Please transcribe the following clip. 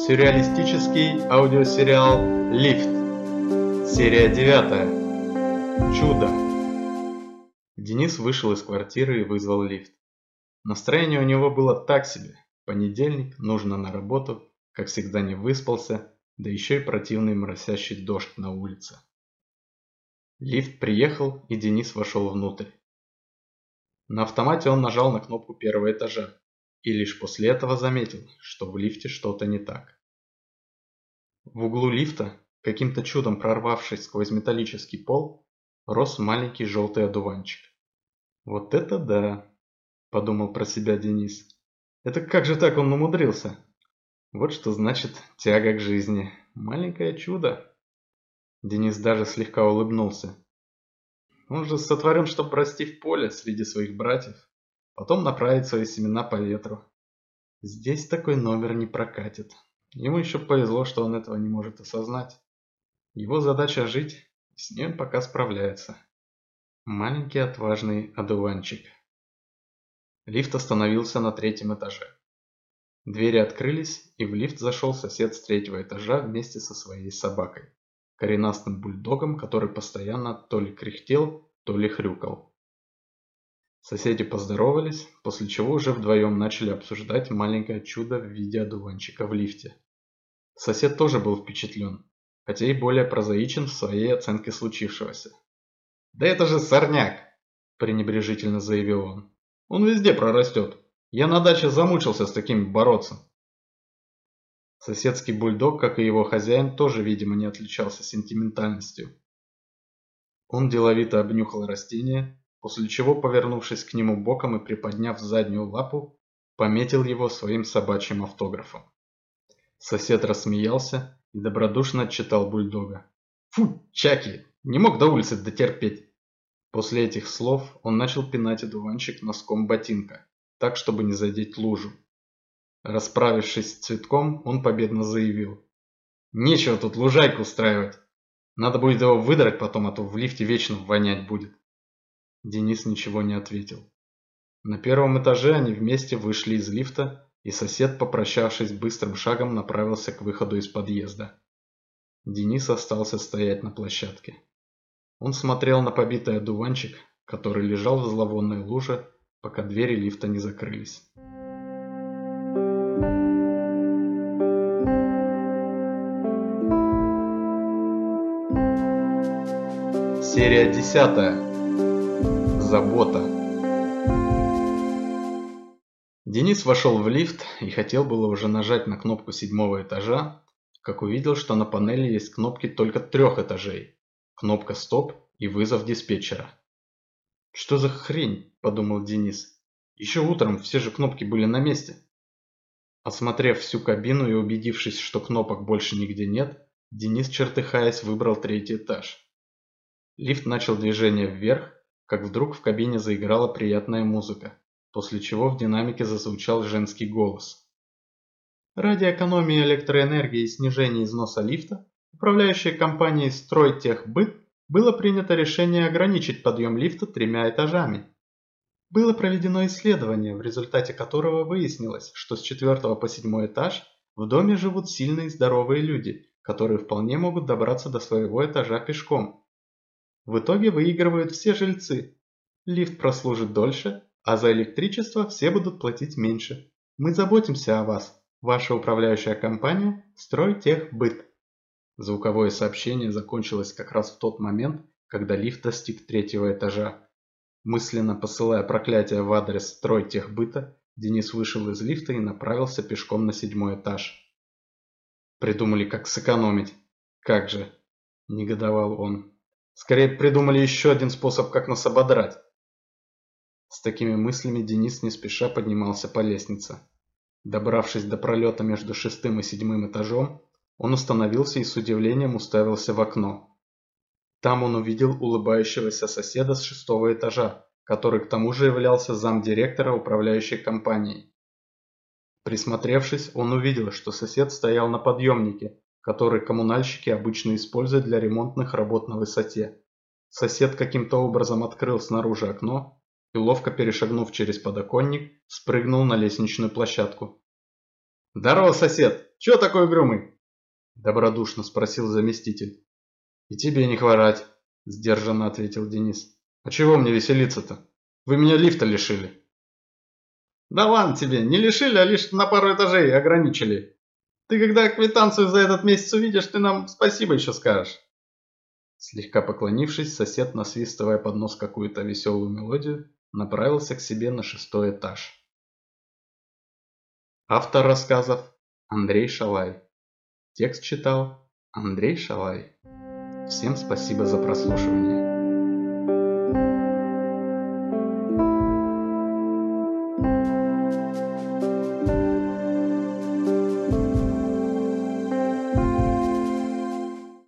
Сюрреалистический аудиосериал «Лифт». Серия 9. Чудо. Денис вышел из квартиры и вызвал лифт. Настроение у него было так себе. Понедельник, нужно на работу, как всегда не выспался, да еще и противный моросящий дождь на улице. Лифт приехал, и Денис вошел внутрь. На автомате он нажал на кнопку первого этажа и лишь после этого заметил, что в лифте что-то не так. В углу лифта, каким-то чудом прорвавшись сквозь металлический пол, рос маленький желтый одуванчик. «Вот это да!» – подумал про себя Денис. «Это как же так он умудрился? Вот что значит тяга к жизни. Маленькое чудо!» Денис даже слегка улыбнулся. Он же сотворен, чтобы расти в поле среди своих братьев, потом направить свои семена по ветру. Здесь такой номер не прокатит. Ему еще повезло, что он этого не может осознать. Его задача жить, и с ней он пока справляется. Маленький отважный одуванчик. Лифт остановился на 3-м этаже. Двери открылись, и в лифт зашел сосед с 3-го этажа вместе со своей собакой. Коренастым бульдогом, который постоянно то ли кряхтел, то ли хрюкал. Соседи поздоровались, после чего уже вдвоем начали обсуждать маленькое чудо в виде одуванчика в лифте. Сосед тоже был впечатлен, хотя и более прозаичен в своей оценке случившегося. «Да это же сорняк!» – пренебрежительно заявил он. «Он везде прорастет. Я на даче замучился с такими бороться». Соседский бульдог, как и его хозяин, тоже, видимо, не отличался сентиментальностью. Он деловито обнюхал растение, после чего, повернувшись к нему боком и приподняв заднюю лапу, пометил его своим собачьим автографом. Сосед рассмеялся и добродушно отчитал бульдога. «Фу, Чаки, не мог до улицы дотерпеть!» После этих слов он начал пинать одуванчик носком ботинка, так, чтобы не задеть лужу. Расправившись с цветком, он победно заявил: «Нечего тут лужайку устраивать. Надо будет его выдрать потом, а то в лифте вечно вонять будет». Денис ничего не ответил. На 1-м этаже они вместе вышли из лифта, и сосед, попрощавшись быстрым шагом, направился к выходу из подъезда. Денис остался стоять на площадке. Он смотрел на побитый одуванчик, который лежал в зловонной луже, пока двери лифта не закрылись. Серия 10. Забота. Денис вошел в лифт и хотел было уже нажать на кнопку 7-го этажа, как увидел, что на панели есть кнопки только 3 этажей. Кнопка «Стоп» и вызов диспетчера. «Что за хрень?» – подумал Денис. «Еще утром все же кнопки были на месте». Осмотрев всю кабину и убедившись, что кнопок больше нигде нет, Денис, чертыхаясь, выбрал 3-й этаж. Лифт начал движение вверх, как вдруг в кабине заиграла приятная музыка, после чего в динамике зазвучал женский голос. Ради экономии электроэнергии и снижения износа лифта, управляющей компанией «Стройтехбыт» было принято решение ограничить подъем лифта 3 этажами. Было проведено исследование, в результате которого выяснилось, что с 4 по 7 этаж в доме живут сильные и здоровые люди, которые вполне могут добраться до своего этажа пешком. В итоге выигрывают все жильцы. Лифт прослужит дольше, а за электричество все будут платить меньше. Мы заботимся о вас. Ваша управляющая компания «Стройтехбыт». Звуковое сообщение закончилось как раз в тот момент, когда лифт достиг 3-го этажа. Мысленно посылая проклятие в адрес «Стройтехбыта», Денис вышел из лифта и направился пешком на 7-й этаж. «Придумали, как сэкономить. Как же!» – негодовал он. «Скорее придумали еще один способ, как нас ободрать». С такими мыслями Денис не спеша поднимался по лестнице. Добравшись до пролета между 6-м и 7-м этажом, он остановился и с удивлением уставился в окно. Там он увидел улыбающегося соседа с 6-го этажа, который к тому же являлся замдиректора управляющей компанией. Присмотревшись, он увидел, что сосед стоял на подъемнике, который коммунальщики обычно используют для ремонтных работ на высоте. Сосед каким-то образом открыл снаружи окно и, ловко перешагнув через подоконник, спрыгнул на лестничную площадку. Здорово, сосед! Чё такой угрюмый? Добродушно спросил заместитель. И тебе не хворать, сдержанно ответил Денис. А чего мне веселиться-то? Вы меня лифта лишили. Да ладно тебе, не лишили, а лишь на пару этажей ограничили. Ты когда квитанцию за этот месяц увидишь, ты нам спасибо еще скажешь. Слегка поклонившись, сосед, насвистывая под нос какую-то веселую мелодию, направился к себе на 6-й этаж. Автор рассказов Андрей Шалай. Текст читал Андрей Шалай. Всем спасибо за прослушивание.